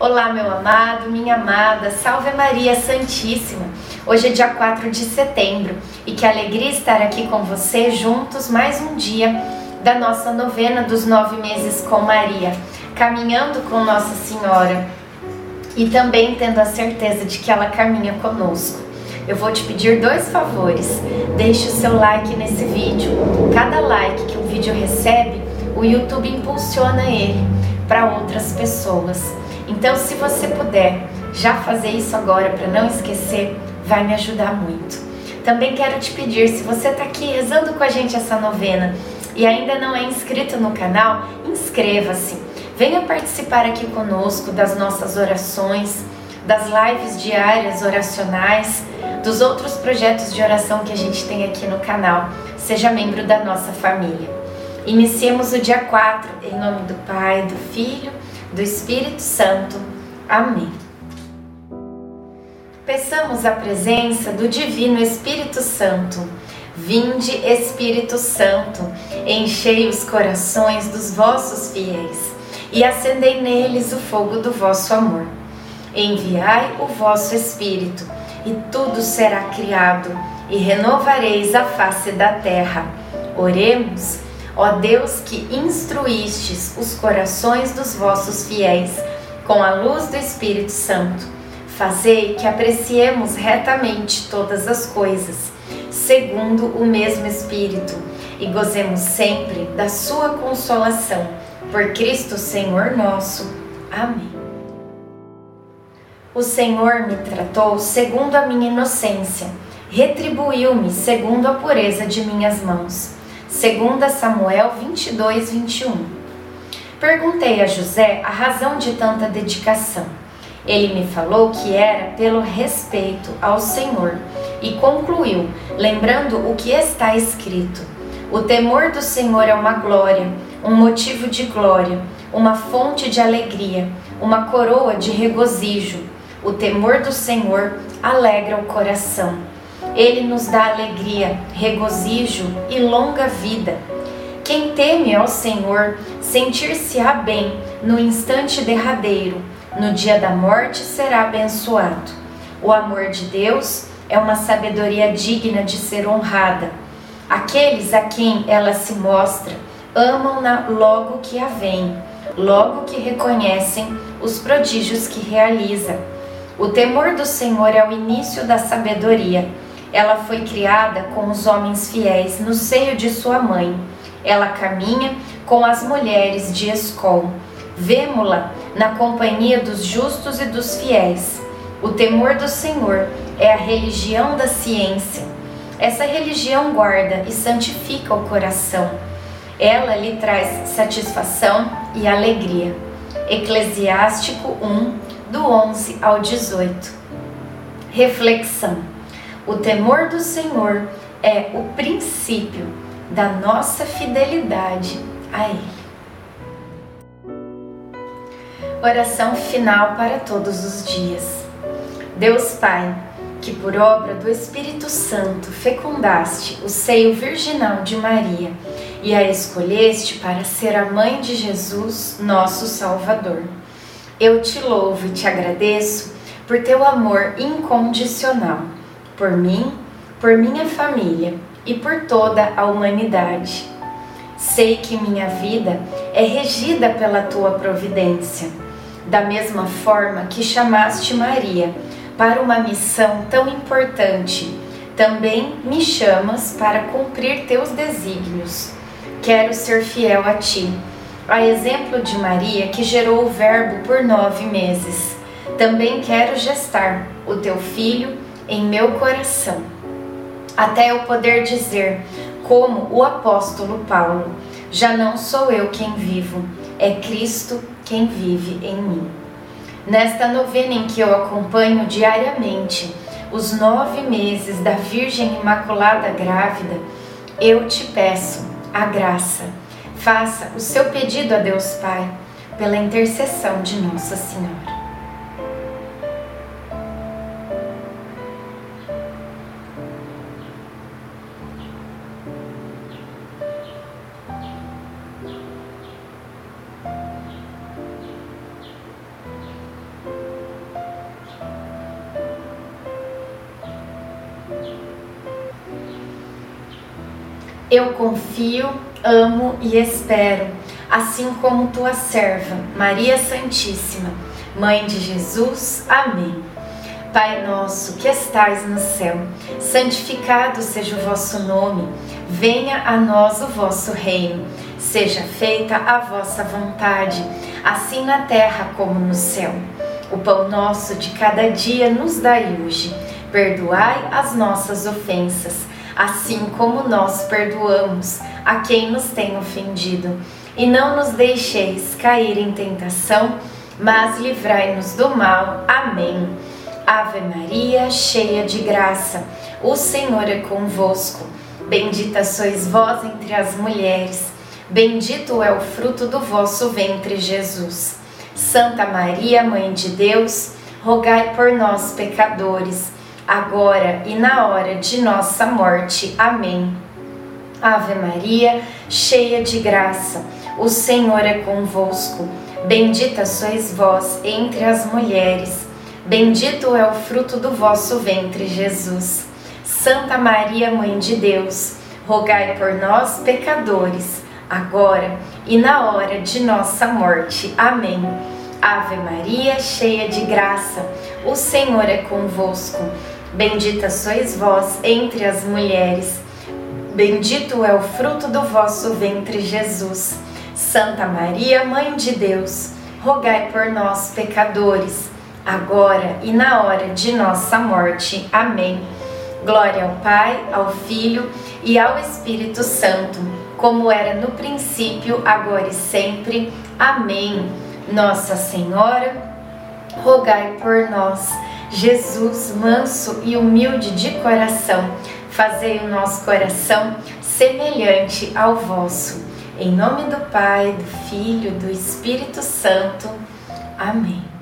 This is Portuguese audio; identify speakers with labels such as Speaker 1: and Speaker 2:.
Speaker 1: Olá, meu amado, minha amada, salve Maria Santíssima. Hoje é dia 4 de setembro e que alegria estar aqui com você juntos mais um dia da nossa novena dos 9 meses com Maria, caminhando com Nossa Senhora e também tendo a certeza de que ela caminha conosco. Eu vou te pedir 2 favores. Deixe o seu like nesse vídeo. Cada like que o vídeo recebe, o YouTube impulsiona ele para outras pessoas. Então, se você puder já fazer isso agora para não esquecer, vai me ajudar muito. Também quero te pedir, se você está aqui rezando com a gente essa novena e ainda não é inscrito no canal, inscreva-se. Venha participar aqui conosco das nossas orações, das lives diárias oracionais, dos outros projetos de oração que a gente tem aqui no canal. Seja membro da nossa família. Iniciemos o dia 4, em nome do Pai, do Filho, do Espírito Santo. Amém. Peçamos a presença do Divino Espírito Santo. Vinde, Espírito Santo, enchei os corações dos vossos fiéis e acendei neles o fogo do vosso amor. Enviai o vosso Espírito, e tudo será criado, e renovareis a face da terra. Oremos. Ó Deus, que instruístes os corações dos vossos fiéis com a luz do Espírito Santo, fazei que apreciemos retamente todas as coisas, segundo o mesmo Espírito, e gozemos sempre da sua consolação. Por Cristo Senhor nosso. Amém. O Senhor me tratou segundo a minha inocência, retribuiu-me segundo a pureza de minhas mãos. 2 Samuel 22, 21. Perguntei a José a razão de tanta dedicação. Ele me falou que era pelo respeito ao Senhor e concluiu, lembrando o que está escrito: o temor do Senhor é uma glória, um motivo de glória, uma fonte de alegria, uma coroa de regozijo. O temor do Senhor alegra o coração. Ele nos dá alegria, regozijo e longa vida. Quem teme ao Senhor sentir-se-á bem no instante derradeiro. No dia da morte será abençoado. O amor de Deus é uma sabedoria digna de ser honrada. Aqueles a quem ela se mostra amam-na logo que a veem, logo que reconhecem os prodígios que realiza. O temor do Senhor é o início da sabedoria. Ela foi criada com os homens fiéis no seio de sua mãe. Ela caminha com as mulheres de Escol. Vemo-la na companhia dos justos e dos fiéis. O temor do Senhor é a religião da ciência. Essa religião guarda e santifica o coração. Ela lhe traz satisfação e alegria. Eclesiástico 1, do 11 ao 18. Reflexão. O temor do Senhor é o princípio da nossa fidelidade a Ele. Oração final para todos os dias. Deus Pai, que por obra do Espírito Santo fecundaste o seio virginal de Maria e a escolheste para ser a mãe de Jesus, nosso Salvador. Eu te louvo e te agradeço por teu amor incondicional, por mim, por minha família e por toda a humanidade. Sei que minha vida é regida pela tua providência, da mesma forma que chamaste Maria para uma missão tão importante, também me chamas para cumprir teus desígnios. Quero ser fiel a ti, a exemplo de Maria que gerou o Verbo por 9 meses. Também quero gestar o teu Filho em meu coração, até eu poder dizer, como o apóstolo Paulo: já não sou eu quem vivo, é Cristo quem vive em mim. Nesta novena em que eu acompanho diariamente os 9 meses da Virgem Imaculada Grávida, eu te peço a graça. Faça o seu pedido a Deus Pai, pela intercessão de Nossa Senhora. Eu confio, amo e espero, assim como tua serva, Maria Santíssima, Mãe de Jesus. Amém. Pai nosso que estais no céu, santificado seja o vosso nome. Venha a nós o vosso reino. Seja feita a vossa vontade, assim na terra como no céu. O pão nosso de cada dia nos dai hoje. Perdoai as nossas ofensas, assim como nós perdoamos a quem nos tem ofendido. E não nos deixeis cair em tentação, mas livrai-nos do mal. Amém. Ave Maria, cheia de graça, o Senhor é convosco. Bendita sois vós entre as mulheres, bendito é o fruto do vosso ventre, Jesus. Santa Maria, Mãe de Deus, rogai por nós, pecadores, agora e na hora de nossa morte. Amém. Ave Maria, cheia de graça, o Senhor é convosco. Bendita sois vós entre as mulheres, bendito é o fruto do vosso ventre, Jesus. Santa Maria, Mãe de Deus, rogai por nós, pecadores, agora e na hora de nossa morte. Amém. Ave Maria, cheia de graça, o Senhor é convosco. Bendita sois vós entre as mulheres, bendito é o fruto do vosso ventre, Jesus. Santa Maria, Mãe de Deus, rogai por nós, pecadores, agora e na hora de nossa morte. Amém. Glória ao Pai, ao Filho e ao Espírito Santo, como era no princípio, agora e sempre. Amém. Nossa Senhora, rogai por nós. Jesus, manso e humilde de coração, fazei o nosso coração semelhante ao vosso. Em nome do Pai, do Filho e do Espírito Santo. Amém.